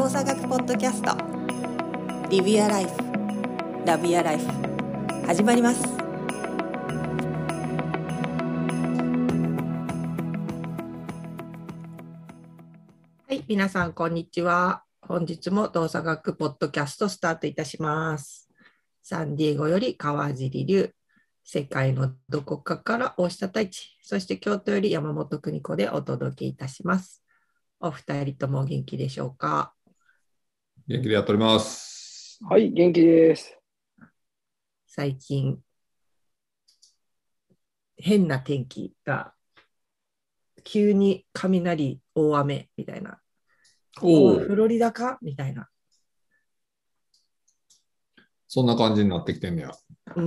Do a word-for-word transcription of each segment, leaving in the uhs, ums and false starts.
動作学ポッドキャスト Live Your Life Love Your Life 始まります。はい、皆さんこんにちは。本日も動作学ポッドキャストスタートいたします。サンディエゴより川尻龍、世界のどこかから大下太一、そして京都より山本邦子でお届けいたします。お二人とも元気でしょうか？ 元気でやっております。 はい、元気です。 最近、変な天気が、急に雷、大雨みたいな。 おお、 フロリダかみたいな。 そんな感じになってきてんねや。 うん、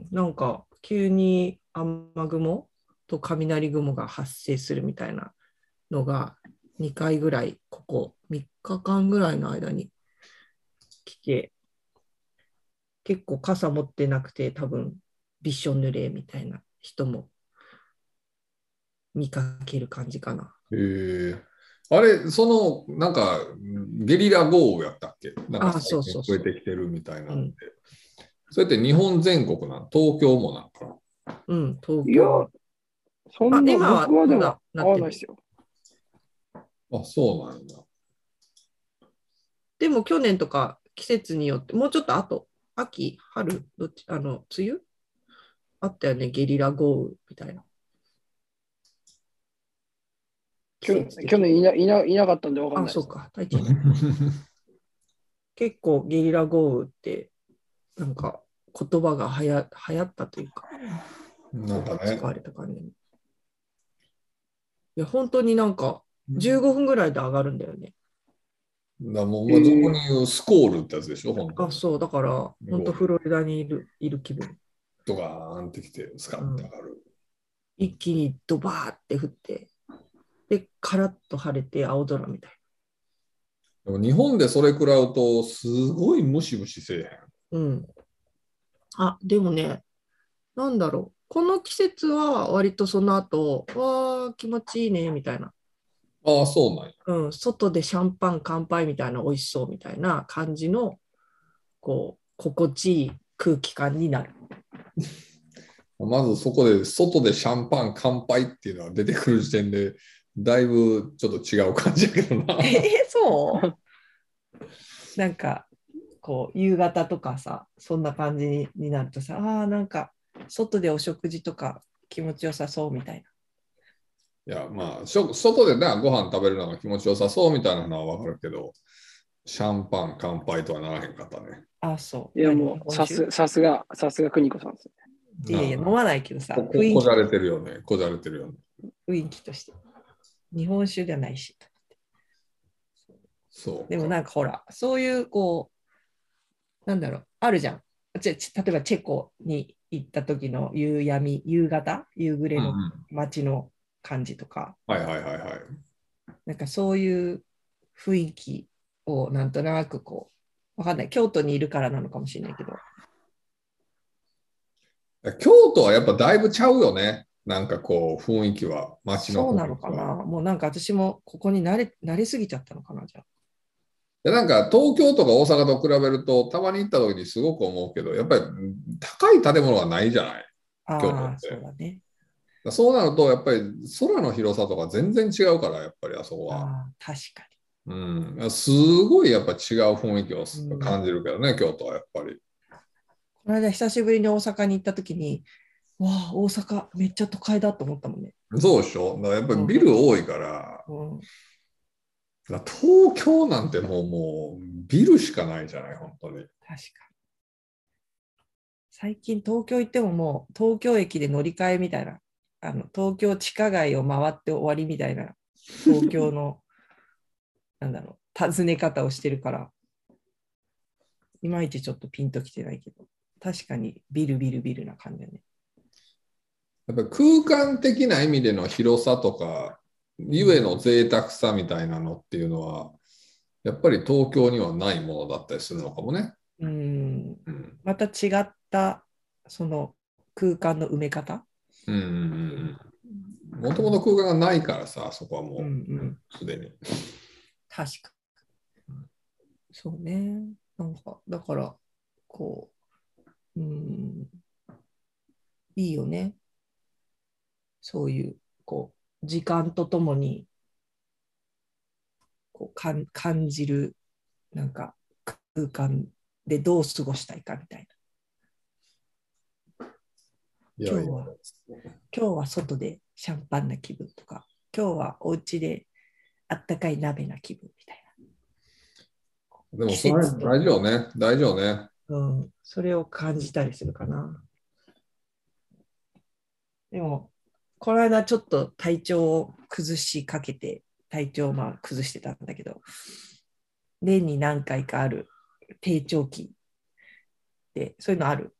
なんか急に雨雲と雷雲が発生するみたいなのがにかいぐらい、ここみっかかんぐらいの間に来て、結構傘持ってなくて多分びしょ濡れみたいな人も見かける感じかな。 へえ。あれ、その、なんか、ゲリラ豪雨やったっけ？なんかあ、そうそうそう。 増えてきてるみたいなんで。 うん、 それって日本全国なん？東京もなんかな？ うん、東いや、 京。 そんな、 あ、今は僕はでもまだなってる。 合わないですよ。 あ、そうなんだ。 でも去年とか季節によって、もうちょっと後、秋、春、どっち、あの、梅雨あったよね、ゲリラ豪雨みたいな。季去節的去年いないな、いなかったんで分かんあ、 ないです。 そうか、大地ね。結構ゲリラ豪雨って、なんか言葉がはや流行ったというか、 なんかね。 使われた感じ。いや、本当になんかじゅうごふんぐらいで上がるんだよね。 だもう、まあ、俗に言うスコールってやつでしょ、本当あ、そう、だから、本当フロリダにいるいる気分。 ドガーンってきて、スカッて上がる。 うん、一気にドバーって降って、で、カラッと晴れて青空みたいでも日本でそれ食らうと、すごいムシムシせえへん。 な。うん。あ、でもね、なんだろう。この季節は割とその後、わー、気持ちいいね、みたいな。 ああ、そうなんや。 うん、外でシャンパン乾杯みたいな、美味しそうみたいな感じの、こう、心地いい空気感になる。 まずそこで外でシャンパン乾杯っていうのは出てくる時点でだいぶちょっと違う感じやけどな。 えー、そうなんか、こう、夕方とかさ、そんな感じにになるとさ、ああ、なんか、外でお食事とか気持ちよさそうみたいいや、まあ、しょ外でな、ご飯食べるのが気持ちよさそうみたいなのはわかるけど、シャンパン乾杯とはならへんかったね。 な。ああ、そう。 いや、 何？ もう、さ日本酒？ すさすが、さすが邦子さんですね。 いやいや、飲まないけどさ、 ここ雰囲気、 こじゃれてるよね。こじゃれてるよね。 雰囲気として。日本酒じゃないし。 そうか。 でもなんかほら、そういう、こう、なんだろう、あるじゃん。ち例えばチェコに行った時の夕闇、夕方、夕暮れのうんうん、 街の感じとか、 はいはいはいはい。 なんかそういう雰囲気をなんとなくこう、わかんない。京都にいるからなのかもしれないけど。 京都はやっぱだいぶちゃうよね。なんかこう、雰囲気は、街のそうな雰囲気は。 のかな。もうなんか私もここに慣れ慣れすぎちゃったのかな、じゃでなんか東京とか大阪と比べると、たまに行った時にすごく思うけど、やっぱり高い建物はないじゃない、 あ。 京都ああ、そうって。 だね。 そうなると、やっぱり空の広さとか全然違うから、やっぱりあそこは。 ああ、確かうん、すごいやっぱ違う雰囲気をに。うん、 感じるけどね、京都はやっぱり。 この間久しぶりに大阪に行った時に、わあ、大阪めっちゃ都会だと思ったもんね。 そうでしょ。だからやっぱりビル多いから、 うんうん、 だから東京なんてもう、もうビルしかないじゃない、本当に。 確かに。最近東京行ってももう東京駅で乗り換えみたいな、あの東京地下街を回って終わりみたいな東京のなんだろう、尋ね方をしてるから、いまいちちょっとピンときてないけど、確かにビルビルビルな感じだね。 やっぱり空間的な意味での広さとか、ゆえの贅沢さみたいなのっていうのは、やっぱり東京にはないものだったりするのかもね。 うん、 うん。 また違ったその空間の埋め方。 うんうんうん。もともと空間がないからさ、そこはうんうもん、 うすでに。 確か。 そうね。なんか、だから、こう、うん、いいよね。そういう、こう、時間とともにこうかん感じる、なんか、空間でどう過ごしたいかみたいな。 いやいや、 今日は、今日は外でシャンパンな気分とか、今日はお家であったかい鍋な気分みたいな。季でもそれ節と、 大事よね。大事よね。 うん、それを感じたりするかな。でも、この間ちょっと体調を崩しかけて、体調をまあ崩してたんだけど、年に何回かある低潮期で、そういうのある？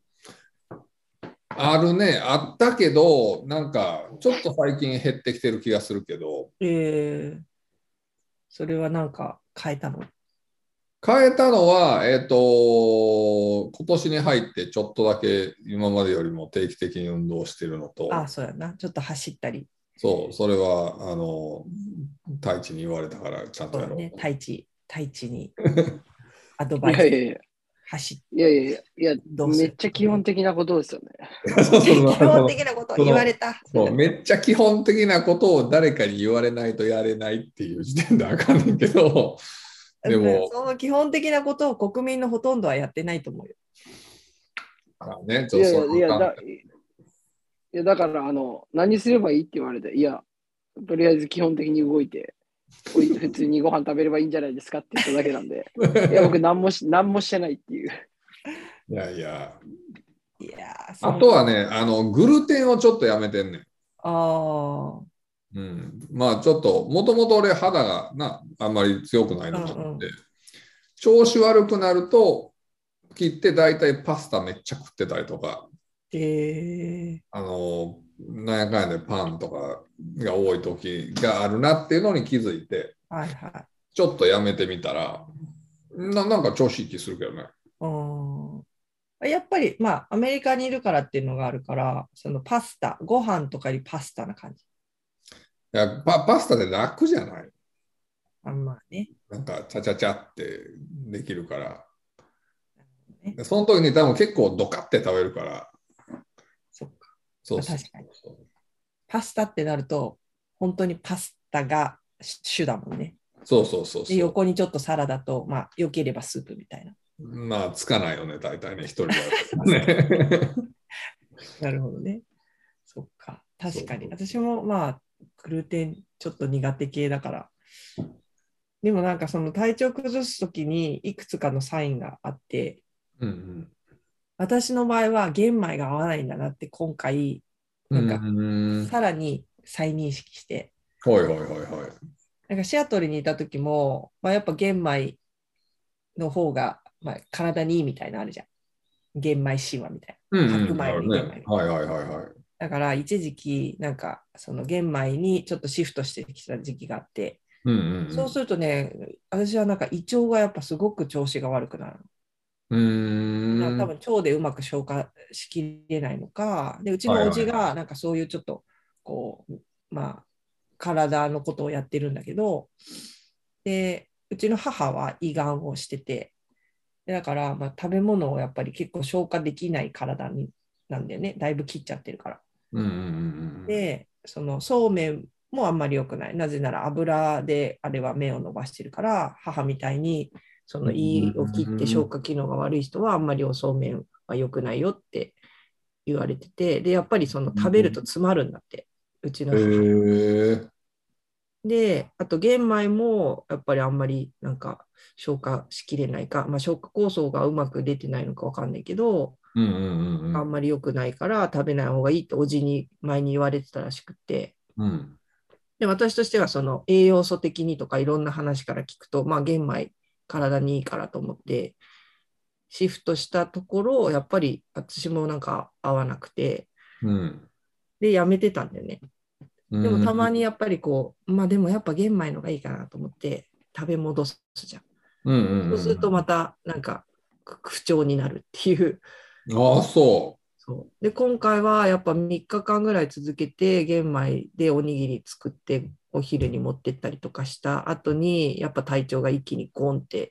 あるね、あったけど、なんかちょっと最近減ってきてる気がするけど、 えー、それはなんか変えたの？ 変えたのは、えっと、今年に入ってちょっとだけ今までよりも定期的に運動してるのああ、 と、 そうやな。ちょっと走ったり。 そう、それは、あの、太一に言われたからちゃんとそうだね。 やろう。 太一、太一にアドいバイス。 やいやいや、 走っいやいやいや、いや、 どうする？ めっちゃ基本的なことですよね。 そうそう基本そう的なことその言われた。 そう、めっちゃ基本的なことを誰かに言われないとやれないっていう時点であかんねんけど、でも、 その基本的なことを国民のほとんどはやってないと思うよ。 まあね、ちょっとそいやいや、いや、だ、 の観いやだから、あの、何すればいいって言われて、いや、とりあえず基本的に動いて、おい普通にご飯食べればいいんじゃないですかって言っただけなんで、いや、僕何もし、何もしてないっていう。 いやいや、 いやー、そあの、 とはね、あの、グルテンをちょっとやめてんねん。 あうん。まあちょっと、もともと俺肌がな、あんまり強くないあ、うのもあって、 んうん。 調子悪くなると、切って大体パスタめっちゃ食ってたりとか、 えあの、なんやかんやでパンとかが多い時があるなっていうのに気づいて、 ー、はいはい。 ちょっとやめてみたら、な、なんか調子いい気するけどね。 うんやっぱり、まあ、アメリカにいるからっていうのがあるから、そのパスタ、ご飯とかよりパスタな感じ。 いやパ、パスタで楽じゃない？ あまあね。 なんか、ちゃちゃちゃってできるから。 ねでその時に多分結構ドカって食べるから。 そっか。 そうそうまあ確かに。 そう。 パスタってなると、本当にパスタが主だもんね。 そうそうそうで、 そ横にちょっとサラダと、まあ、良ければスープみたいな。 う。まあ、つかないよね、大体ね、一人でやつかるね。 なるほどね。そっか。 そう確かに。私もまあ、グルテンちょっと苦手系だから。でもなんかその体調崩すときにいくつかのサインがあって、 うん私の場合は玄米が合わないんだなって今回、 うん。 なんかうん。 さらに再認識して、 はいはいはいはい。 なんかシアトルにいた時も、まあ、やっぱ玄米の方が、まあ、体にいいみたいなのあるじゃん。玄米神話みたいうな。 んうん。 白米よあるね。 り玄米みたいはいはいはいはい。 な。だから一時期、なんかその玄米にちょっとシフトしてきた時期があって、 うんうそうんするとね、私はなんか胃腸がやっぱすごく調子が悪くなる。 うん。うーん。 な多分腸でうまく消化しきれないのか、でうちのおじはいはいはい。 がなんかそういうちょっとこう、まあ、体のことをやってるんだけど、でうちの母は胃がんをしてて、でだから、まあ、食べ物をやっぱり結構消化できない体になんだよね、だいぶ切っちゃってるから。 うんうんうんで、そのそうめんもあんまり良くない。なぜなら油であれは麺を伸ばしてるから、母みたいにそうん。 の胃を切って消う化機能が悪い人はあんまりおそうめんは良くないよって言われてて、で、やっぱりその食べるとん。 詰まるんだって、うちのへ母。 え。 で、あと玄米もやっぱりあんまりなんか消化しきれないか、まあ、消化酵素がうまく出てないのかわかんないけど、 うんうんうんあんまり良くないから食べない方がいいっておじに前に言われてたらしくて、 うん。うん。 で私としてはその栄養素的にとかいろんな話から聞くと、まあ、玄米体にいいからと思ってシフトしたところ、やっぱり私もなんか合わなくて、 うん。 で、やめてたんだよね。 うでもたまんにやっぱりこう、まあでもやっぱ玄米のがいいかなと思って食べ戻すじゃん。 うんうんそうするとまたなんか不調になるっていう。 うん。ああ、そそうで、今回はやっぱみっかかんぐらい続けて玄米でおにぎり作ってお昼に持ってったりとかした後に、やっぱ体調が一気にゴンって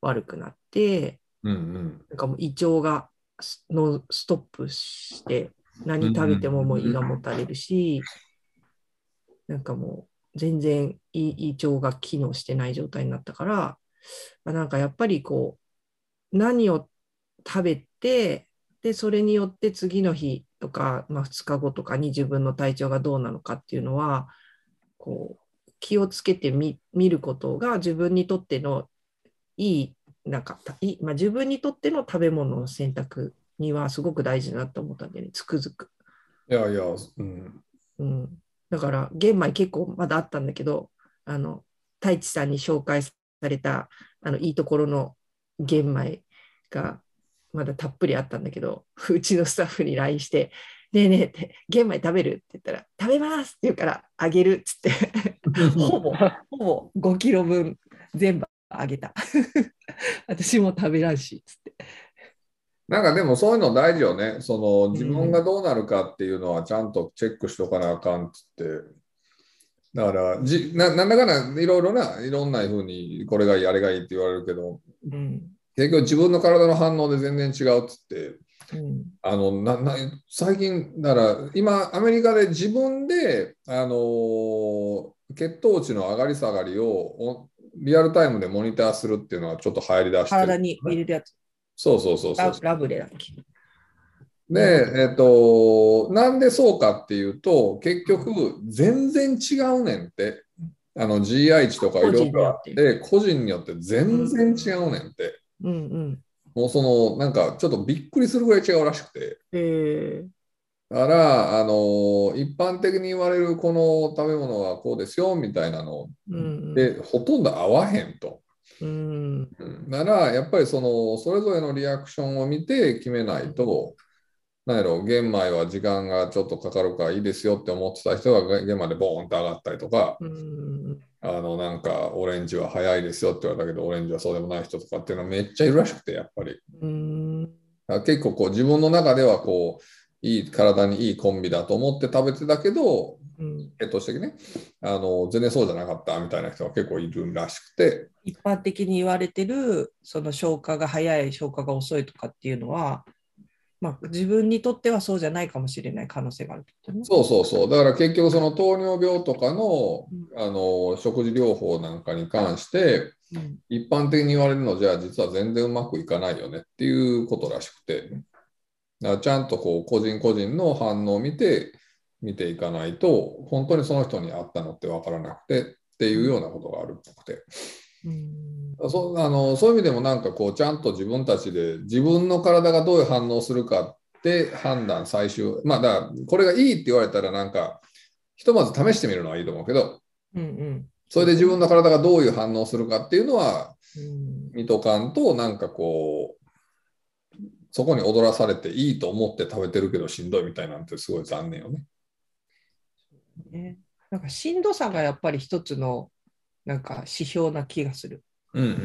悪くなって、 うんうんなんかもう胃腸がスのストップして何食べてももう胃がもたれるし、なんかもう全然胃、胃腸が機能してない状態になったから、なんかやっぱりこう何を食べて、でそれによって次の日とか、まあ、ふつかごとかに自分の体調がどうなのかっていうのはこう気をつけてみ見ることが自分にとってのいいなんかいい、まあ、自分にとっての食べ物の選択にはすごく大事だなと思ったんでね、つくづく。 いやいや、うん。 うん、だから玄米結構まだあったんだけど、あの太一さんに紹介されたあのいいところの玄米がまだたっぷりあったんだけど、うちのスタッフに ライン して、ねえねえって、玄米食べるって言ったら、食べますって言うから、あげるっつって、ほぼ、ほぼごキロぶん全部あげた。私も食べらんし、つって。 なんかでもそういうの大事よね。その自分がうんどうなるかっていうのはちゃんとチェックしとかなあかんっつって。だからじな、なんだかんだいろいろな、いろんなふうにこれがいい、あれがいいって言われるけど、 うん結局自分の体の反応で全然違うっつって、 うんあのなな最近、だから今、アメリカで自分で、あのー血糖値の上がり下がりをおリアルタイムでモニターするっていうのはちょっと流行りだしてる。 体に入れるやつ、 そうそうそうそうラ、ラブレだっけ。 で、えっと、なんでそうかっていうと、結局、全然違うねんって。あの ジーアイ 値とかいろいろあって、個人によって全然違うねんって。 うんうん。 もうその、なんかちょっとびっくりするぐらい違うらしくて。 えー、 だから、あの、一般的に言われるこの食べ物はこうですよみたいなのうんで、ほとんど合わへんと。 うん。 うんなら、やっぱりその、それぞれのリアクションを見て決めないと、なんやろ、玄米は時間がちょっとかかるからいいですよって思ってた人が玄米でボーンと上がったりとか、 うんあのなんかオレンジは早いですよって言われたけど、オレンジはそうでもない人とかっていうのはめっちゃいるらしくて、やっぱり。 うんだから結構こう自分の中ではこう、いい体にいいコンビだと思って食べてたけど、 うん血糖値的にね、あの全然そうじゃなかったみたいな人が結構いるらしくて。 一般的に言われてるその消化が早い消化が遅いとかっていうのは、まあ、自分にとってはそうじゃないかもしれない可能性があるってことね。 そうそうそう。だから結局その糖尿病とかの、 うんあの食事療法なんかに関して、 うん一般的に言われるのじゃあ実は全然うまくいかないよねっていうことらしくて、だからちゃんとこう個人個人の反応を見て見ていかないと本当にその人に合ったのって分からなくてっていうようなことがあるっぽくて、 うんそあのそういう意味でもなんかこうちゃんと自分たちで自分の体がどういう反応するかって判断最終、まあだからこれがいいって言われたらなんかひとまず試してみるのはいいと思うけど、 うんうんそれで自分の体がどういう反応するかっていうのはうん見とかんと、なんかこうそこに踊らされていいと思って食べてるけどしんどいみたいなんてすごい残念よね。 ね、なんかしんどさがやっぱり一つのなんか指標な気がする。 うんうんうん。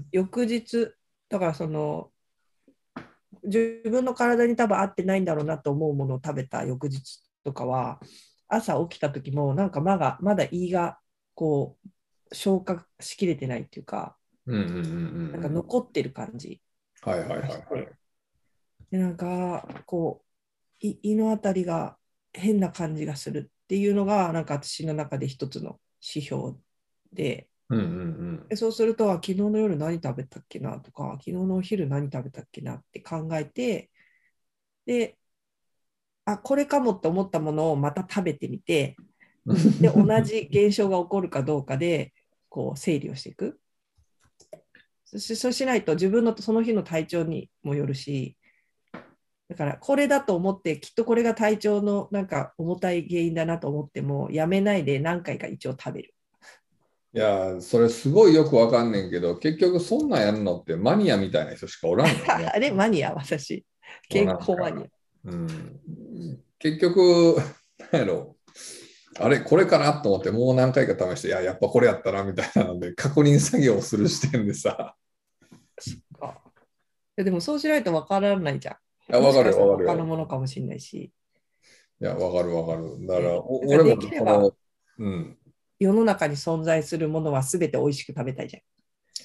翌日だからその自分の体に多分合ってないんだろうなと思うものを食べた翌日とかは朝起きた時もなんかまだまだ胃がこう消化しきれてないっていうか、 うんうんうんうん。 なんか残ってる感じはいはいはいがしはい。 て、でなんかこうい胃のあたりが変な感じがするっていうのがなんか私の中で一つの指標で、 うんうんうんでそうすると昨日の夜何食べたっけなとか昨日のお昼何食べたっけなって考えて、であこれかもって思ったものをまた食べてみて、で同じ現象が起こるかどうかでこう整理をしていく。そしそうしないと自分のその日の体調にもよるし、だからこれだと思ってきっとこれが体調のなんか重たい原因だなと思ってもやめないで何回か一応食べる。 いや、それすごいよくわかんねんけど、結局そんなんやるのってマニアみたいな人しかおらんのよね。 あれマニア、私健康マニア。 うん、結局、なんやろ、あれ、これかなと思って、もう何回か試して、いや、やっぱこれやったなみたいなので、確認作業をする視点でさ。 そっか。でもそうしないと分からないじゃん。 いや、わかるよ、わかる他のよ。 ものかもしれないし。 いや、わかるわかる。だから、 ねおだから俺もできればこの、うん。 世の中に存在するものは全て美味しく食べたいじゃん。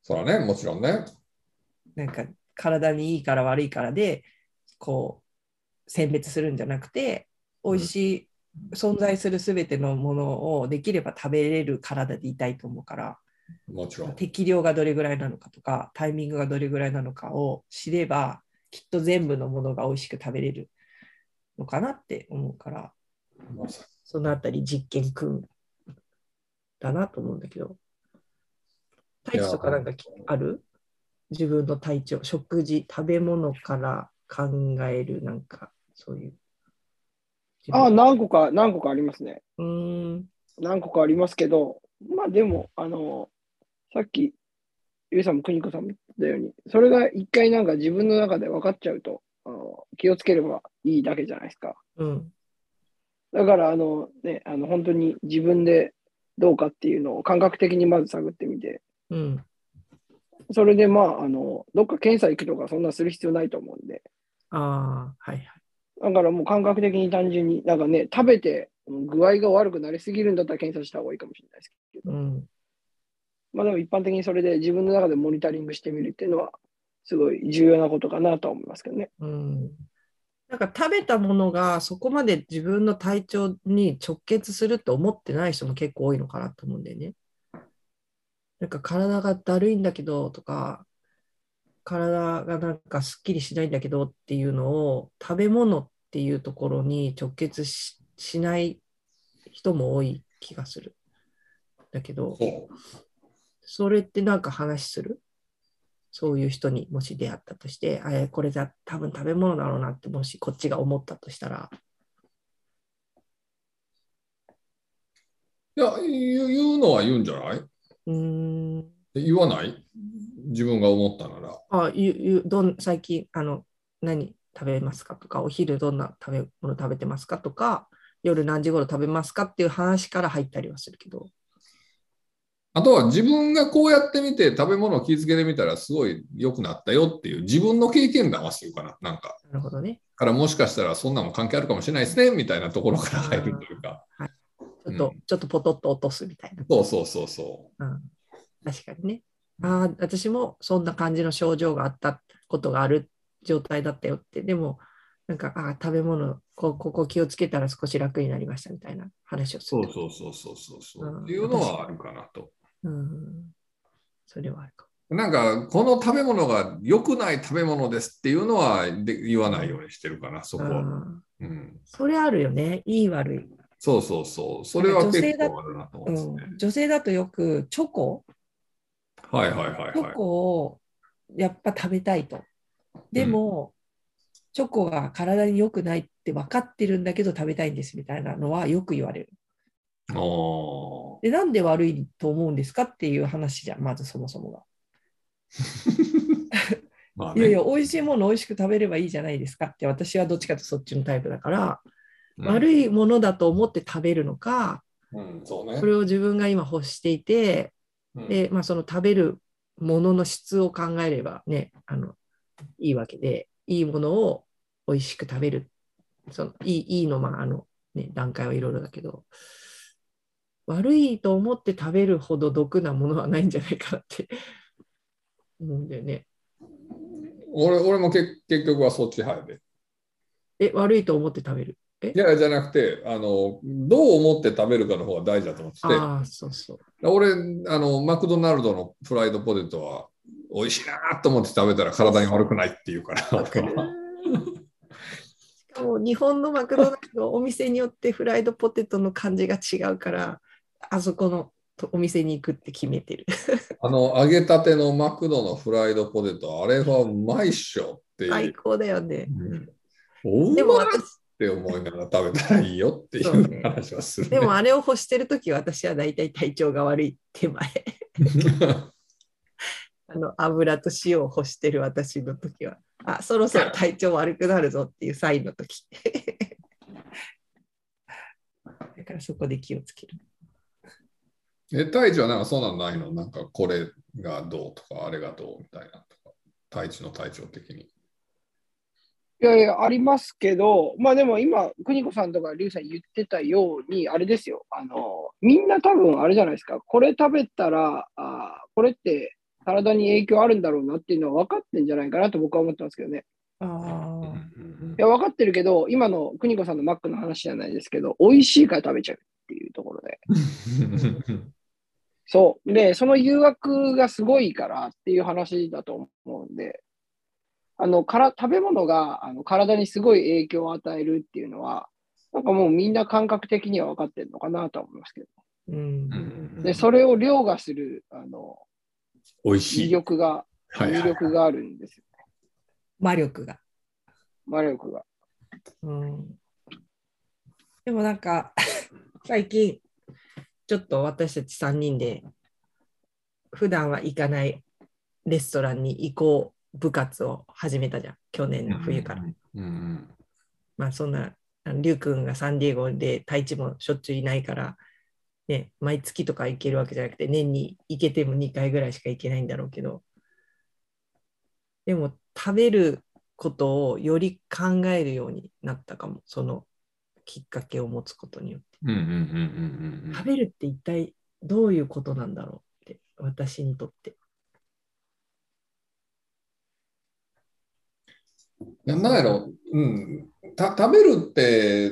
そらね、もちろんね。 なんか体にいいから悪いからでこう選別するんじゃなくて、美味しい、うん、存在するすべてのものをできれば食べれる体でいたいと思うから、 もちろん適量がどれぐらいなのかとかタイミングがどれぐらいなのかを知ればきっと全部のものが美味しく食べれるのかなって思うから、そのあたり実験くんだなと思うんだけど、体調とかなんかある？自分の体調、食事、食べ物から考えるなんかそういう。 ああ、何個か、何個かありますね。 うーん。 何個かありますけど、まあでも、あの、さっき、ゆうさんも邦子さんも言ったように、それが一回なんか自分の中で分かっちゃうと、あの気をつければいいだけじゃないですか。 うん。 だから、あのね、あの本当に自分でどうかっていうのを感覚的にまず探ってみて、 うん。 それでまあ、あの、どっか検査行くとかそんなする必要ないと思うんで。 ああ、はいはい。 だからもう感覚的に単純に、なんかね、食べて具合が悪くなりすぎるんだったら検査した方がいいかもしれないですけど。 うん。 まあでも一般的にそれで自分の中でモニタリングしてみるっていうのは、すごい重要なことかなとは思いますけどね。 うん。なんか食べたものがそこまで自分の体調に直結すると思ってない人も結構多いのかなと思うんだよね。なんか体がだるいんだけどとか、体がなんかすっきりしないんだけどっていうのを食べ物っていうところに直結 し, しない人も多い気がする。だけど、それってなんか話する？そういう人にもし出会ったとして、あれこれじゃ多分食べ物だろうなってもしこっちが思ったとしたら。 いや、言う言うのは言うんじゃない？ うーん。 言わない？自分が思ったなら。 あ、ゆゆどん最近あの何食べますかとか、お昼どんな食べ物食べてますかとか、夜何時頃食べますかっていう話から入ったりはするけど。 あとは自分がこうやってみて食べ物を気づけてみたらすごい良くなったよっていう自分の経験談はするかな。なんか。 なるほどね。 からもしかしたらそんなも関係あるかもしれないですねみたいなところから入るというか。 はい、ちょっと、うん、ちょっとポトッと落とすみたいな。 そうそうそうそう。 うん、確かにね。ああ、私もそんな感じの症状があったことがある状態だったよって。でも、なんか、ああ、食べ物こ、ここ気をつけたら少し楽になりましたみたいな話をする。 そうそうそうそうそう、うん、っていうのはあるかなと。 うん、それはあるか。 なんか、この食べ物が良くない食べ物ですっていうのはで言わないようにしてるかな、そこは。うん、 それあるよね。いい悪い。 そうそうそう。それは結構あるなと思うんですね。 うん、女性だとよくチョコはいはいはいはい。 チョコをやっぱ食べたいと。でも、うん、チョコが体に良くないって分かってるんだけど食べたいんですみたいなのはよく言われる。で、なんで悪いと思うんですかっていう話じゃん、まずそもそもが。まあね、いやいや、美味しいもの美味しく食べればいいじゃないですかって、私はどっちかというとそっちのタイプだから、うん、悪いものだと思って食べるのか、 うんそうね、 これを自分が今欲していて、うん、でまあ、その食べるものの質を考えればね、あのいいわけで、いいものを美味しく食べる、そのいい、いいの、まああのね、段階はいろいろだけど、悪いと思って食べるほど毒なものはないんじゃないかなって思うんだよね。 俺, 俺も結局はそっち派で。 え、悪いと思って食べる？えいや、じゃなくてあの、どう思って食べるかの方が大事だと思ってて。 ああ、そうそう。 俺あの、マクドナルドのフライドポテトは美味しいなと思って食べたら体に悪くないっていうから。しかも日本のマクドナルドお店によってフライドポテトの感じが違うから、あそこのお店に行くって決めてる。 あの揚げたてのマクドのフライドポテト、あれはうまいっしょっていう。 最高だよね。 うん、でも私って思いながら食べたらいいよっていう話はする、ねね、でもあれを欲してるとき私は大体体調が悪い手前。あの油と塩を欲してる私のときは、あ、そろそろ体調悪くなるぞっていうサインのとき。だからそこで気をつける。 え、太一はなんかそんなのないの？なんかこれがどうとか、あれがどうみたいなとか、太一の体調的に。 いやいや、ありますけど、まあでも今、邦子さんとか龍さん言ってたように、あれですよ、あの、みんな多分あれじゃないですか、これ食べたら、あこれって体に影響あるんだろうなっていうのは分かってんじゃないかなと僕は思ってますけどね。 ああ。 いや、分かってるけど、今の邦子さんのマックの話じゃないですけど、美味しいから食べちゃうっていうところで。そう。で、その誘惑がすごいからっていう話だと思うんで、あの、から食べ物があの体にすごい影響を与えるっていうのは、なんかもうみんな感覚的には分かってるのかなとは思いますけど。 うん。 で、それを凌駕する、あの、 美味しい。 魅力が、 はいはいはい魅力があるんですよ。 魔力が。 魔力が。 うん。でもなんか、最近、ちょっと私たちさんにんで、普段は行かないレストランに行こう部活を始めたじゃん。去年の冬から。 うんうんまあそんな、りゅうくんがサンディエゴで太一もしょっちゅういないから、ね、毎月とか行けるわけじゃなくて、年に行けてもにかいぐらいしか行けないんだろうけど、でも食べることをより考えるようになったかも。そのきっかけを持つことによって。 うんうんうんうんうん。 食べるって一体どういうことなんだろうって、私にとって。 ななんやろ、うん、た食べるって、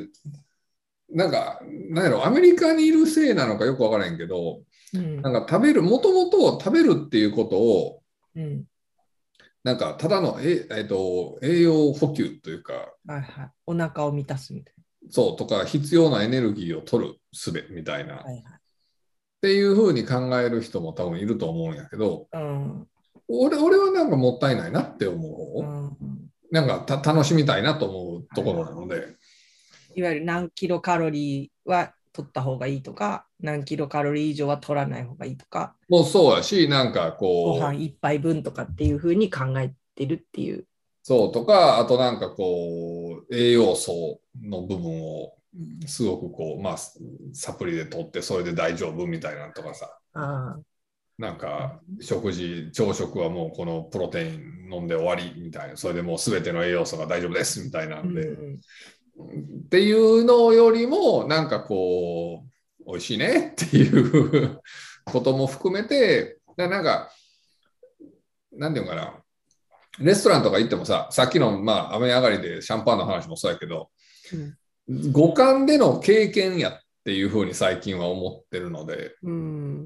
なんか、なんやろ、アメリカにいるせいなのかよくわからへんけど、 うん。 なんか食べる、もともと食べるっていうことを、 うん。 なんかただのえ、えっと、栄養補給というか、 はいはい。お腹を満たすみたいそうとか、必要なエネルギーを取る術みたいな、 な。はいはい。 っていうふうに考える人も多分いると思うんやけど、 うん。 俺俺はなんかもったいないなって思う。 うん、 なんかた楽しみたいなと思うところなので。 いわゆる何キロカロリーは取った方がいいとか、何キロカロリー以上は取らない方がいいとか、 もうそうやし、なんかこう、 ご飯一杯分とかっていうふうに考えてるっていう。 そうとか、あとなんかこう、栄養素の部分をすごくこう、まあ、サプリで取ってそれで大丈夫みたいなのとかさ、 あなんか食事、朝食はもうこのプロテイン飲んで終わりみたいな、それでもう全ての栄養素が大丈夫ですみたいなんで、 うんっていうのよりも、なんかこう、美味しいねっていうことも含めて、なんか、なんていうのかな、レストランとか行ってもさ、さっきの、まあ、雨上がりでシャンパンの話もそうやけど、 うん、 五感での経験やっていうふうに最近は思ってるので、 うん、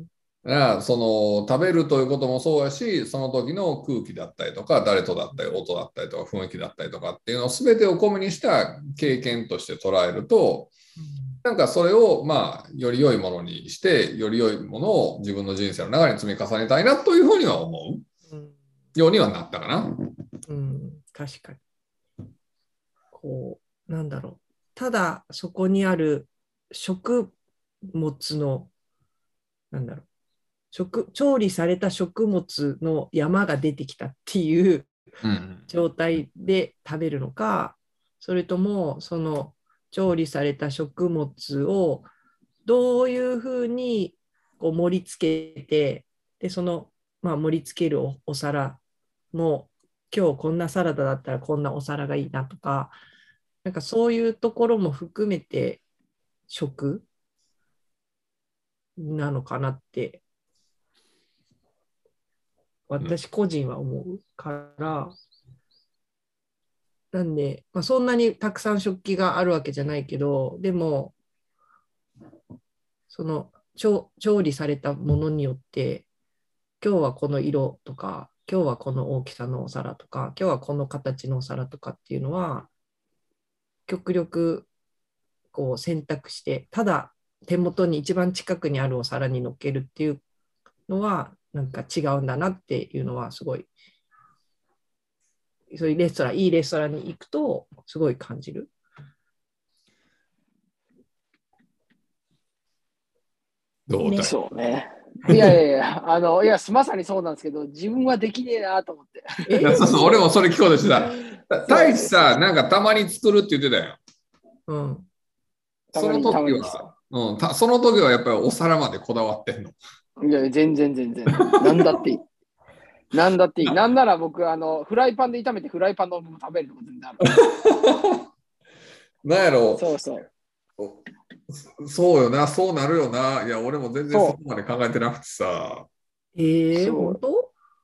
だからその食べるということもそうやし、その時の空気だったりとか、誰とだったり、音だったりとか、雰囲気だったりとかっていうのを全てを込みにした経験として捉えると、なんかそれをまあより良いものにして、より良いものを自分の人生の中に積み重ねたいなというふうには思うようにはなったかな。 うん、確かに。こう、なんだろう。ただそこにある食物の、なんだろう。食調理された食物の山が出てきたっていう状態で食べるのか、それともその調理された食物をどういうふうにこう盛り付けて、でその、まあ、盛り付ける お, お皿も今日こんなサラダだったらこんなお皿がいいなとか、なんかそういうところも含めて食なのかなって私個人は思うから、なんで、まあ、そんなにたくさん食器があるわけじゃないけど、でもその調調理されたものによって今日はこの色とか今日はこの大きさのお皿とか今日はこの形のお皿とかっていうのは極力こう選択して、ただ手元に一番近くにあるお皿に乗っけるっていうのはなんか違うんだなっていうのはすごい、そういうレストラン、いいレストランに行くとすごい感じる。 どうだ、 そうね。いやいやいや、あの、いや、まさにそうなんですけど、自分はできねえなと思って。 いやそうそう俺もそれ聞こうとしてた。大一さ、なんかたまに作るって言ってたよ。 うん。 その時は、うん、たその時はやっぱりお皿までこだわってんの。 いや、全然全然。なんだっていい。なんだっていい。なんなら僕、あの、フライパンで炒めてフライパンの部分食べるのも全然ある。 なんやろそうそう。 そうよな、そうなるよな。いや、俺も全然そこまで考えてなくてさ。 えー、本当？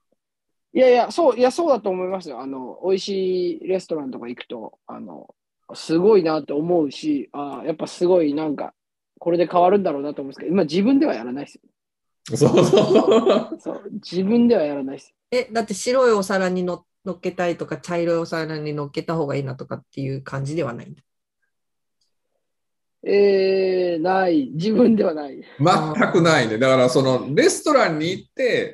いやいや、そう、いや、そうだと思いますよ。あの、美味しいレストランとか行くと、あの、すごいなって思うし、あやっぱすごいなんか、これで変わるんだろうなと思うんですけど、今自分ではやらないですよ。 そうそうそう、自分ではやらないです。 え、だって白いお皿にの乗っけたいとか、茶色いお皿に乗っけた方がいいなとかっていう感じではないんだ。 えー、ない。自分ではない。 全くないね。だからそのレストランに行って、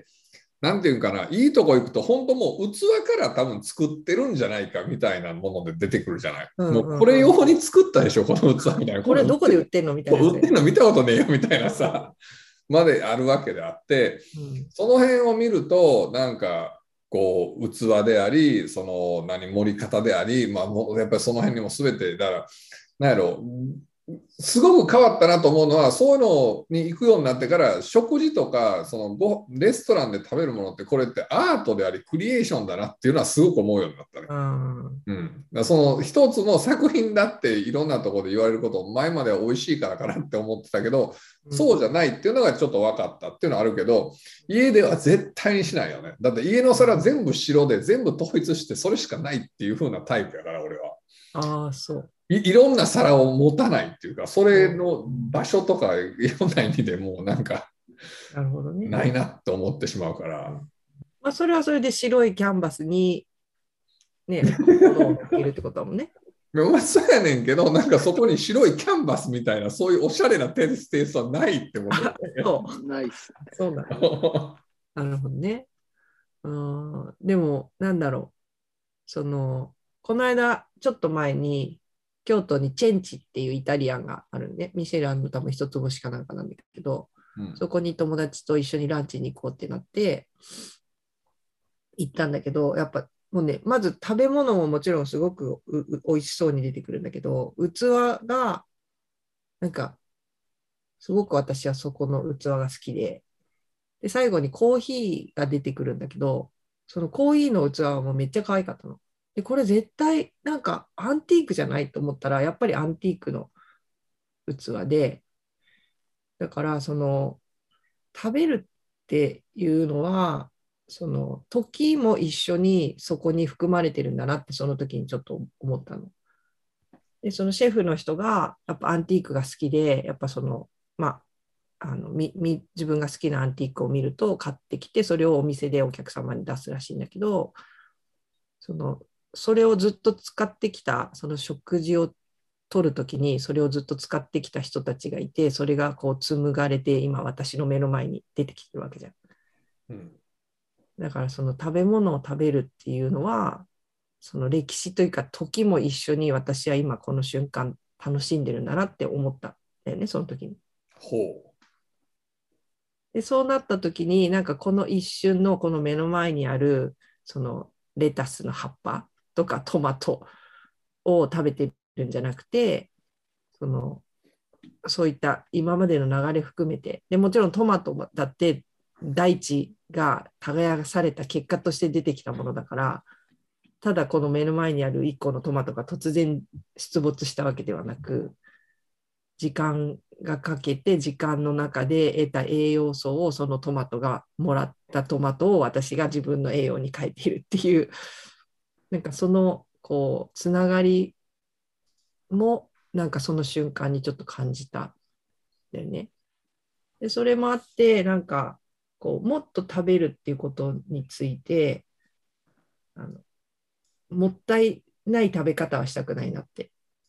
なんていうかな、いいとこ行くと、本当もう器から多分作ってるんじゃないかみたいなもので出てくるじゃない。 うんうんうん、 もうこれ用に作ったでしょ、この器みたいな。 これどこで売ってんのみたいな、ね。 売ってんの見たことねえよみたいなさ、まであるわけであって、うん、その辺を見ると、なんか、こう器であり、その何盛り方であり、まあ、もうやっぱりその辺にも全て、だから、なんやろ、すごく変わったなと思うのは、そういうのに行くようになってから、食事とかそのごレストランで食べるものって、これってアートでありクリエーションだなっていうのはすごく思うようになったね。うん、だその一つの作品だっていろんなところで言われることを前までは美味しいからかなって思ってたけど、そうじゃないっていうのがちょっと分かったっていうのはあるけど、家では絶対にしないよね。だって家の皿全部白で全部統一してそれしかないっていう風なタイプやから俺は。 ああ、そう。 い, いろんな皿を持たないっていうか、それの場所とかいろんな意味でもうなんかなるほどね。 ないなと思ってしまうから。 まあ、それはそれで白いキャンバスにね、物を置けるってことだもんね。 まあ、そうやねんけど、なんかそこに白いキャンバスみたいな、そういうおしゃれなテイストはないって思って。 そう、ないっす。そうなの。なるほどね。うん、でも、なんだろう。その、この間、ちょっと前に、京都にチェンチっていうイタリアンがあるんで、ミシェランの多分一つ星かなんかなんだけど、うん、そこに友達と一緒にランチに行こうってなって、行ったんだけど、やっぱもうね、まず食べ物ももちろんすごく美味しそうに出てくるんだけど、器が、なんか、すごく私はそこの器が好きで、で、最後にコーヒーが出てくるんだけど、そのコーヒーの器はもうめっちゃ可愛かったの。で、これ絶対なんかアンティークじゃないと思ったら、やっぱりアンティークの器で、だからその食べるっていうのは、その時も一緒にそこに含まれてるんだなってその時にちょっと思ったの。で、そのシェフの人がやっぱアンティークが好きで、やっぱその、まあ、あのみみ自分が好きなアンティークを見ると買ってきて、それをお店でお客様に出すらしいんだけど、そのそれをずっと使ってきた、その食事を取るときにそれをずっと使ってきた人たちがいて、それがこう紡がれて今私の目の前に出てきてるわけじゃん。うん、だからその食べ物を食べるっていうのは、その歴史というか時も一緒に私は今この瞬間楽しんでるんだなって思ったんだよね、その時に。ほう。で、そうなった時に、なんかこの一瞬のこの目の前にあるそのレタスの葉っぱとかトマトを食べてるんじゃなくて、そのそういった今までの流れ含めて、でもちろんトマトだって大地が耕された結果として出てきたものだから、ただこの目の前にあるいっこのトマトが突然出没したわけではなく、時間がかけて時間の中で得た栄養素をそのトマトがもらったトマトを私が自分の栄養に変えているっていう、なんかそのこうつながりもなんかその瞬間にちょっと感じたんだよね。でそれもあってなんかこうもっと食べるっていうことについてあのもったいない食べ方はしたくないなって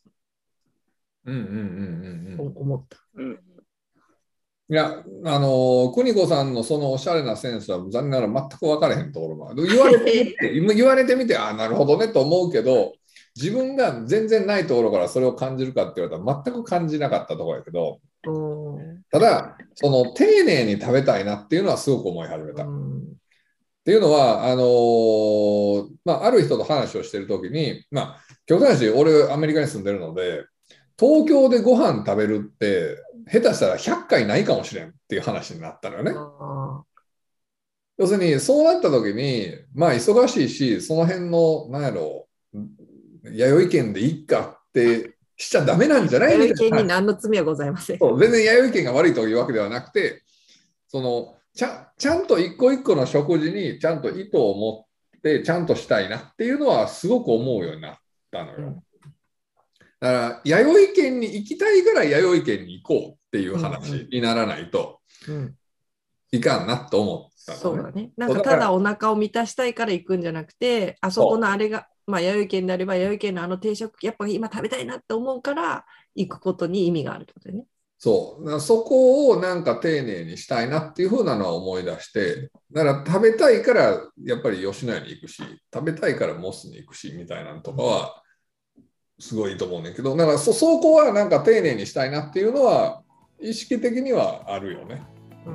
思った。うんいや、あのー、邦子さんのそのおしゃれなセンスは残念ながら全く分からへんところもある。言われてみて、言われてみて、ああ、なるほどねと思うけど、自分が全然ないところからそれを感じるかって言われたら全く感じなかったところやけど、ただ、その丁寧に食べたいなっていうのはすごく思い始めた。っていうのは、あのーまあ、ある人と話をしているときに、まあ、極端な話、俺、アメリカに住んでるので、東京でご飯食べるって、下手したらひゃっかいないかもしれんっていう話になったのよね。要するに、そうなったときに、まあ、忙しいし、その辺の、なんやろう、弥生県でいいかってしちゃダメなんじゃないみたいな。 弥生県に何の罪はございません。 そう全然弥生県が悪いというわけではなくて、そのちゃ、ちゃんと一個一個の食事にちゃんと意図を持っってちゃんとしたいなっていうのはすごく思うようになったのよ。 うん、 だから弥生県に行きたいぐらい弥生県に行こうっていう話にならないといかんなと思ったのね。 そうだね。なんかただお腹を満たしたいから行くんじゃなくて、あそこのあれが、まあ、弥生県であれば弥生県のあの定食やっぱ今食べたいなって思うから行くことに意味があるってことだよね。 そうそこをなんか丁寧にしたいなっていう風なのは思い出して、だから食べたいからやっぱり吉野家に行くし、食べたいからモスに行くしみたいなのとかはすごいいいと思うねんけど、だから そ, そこはなんか丁寧にしたいなっていうのは意識的にはあるよね。うん、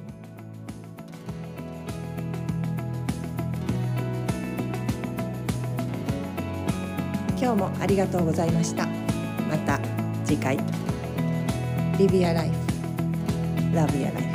今日もありがとうございました。また次回。Live your life. Love your life.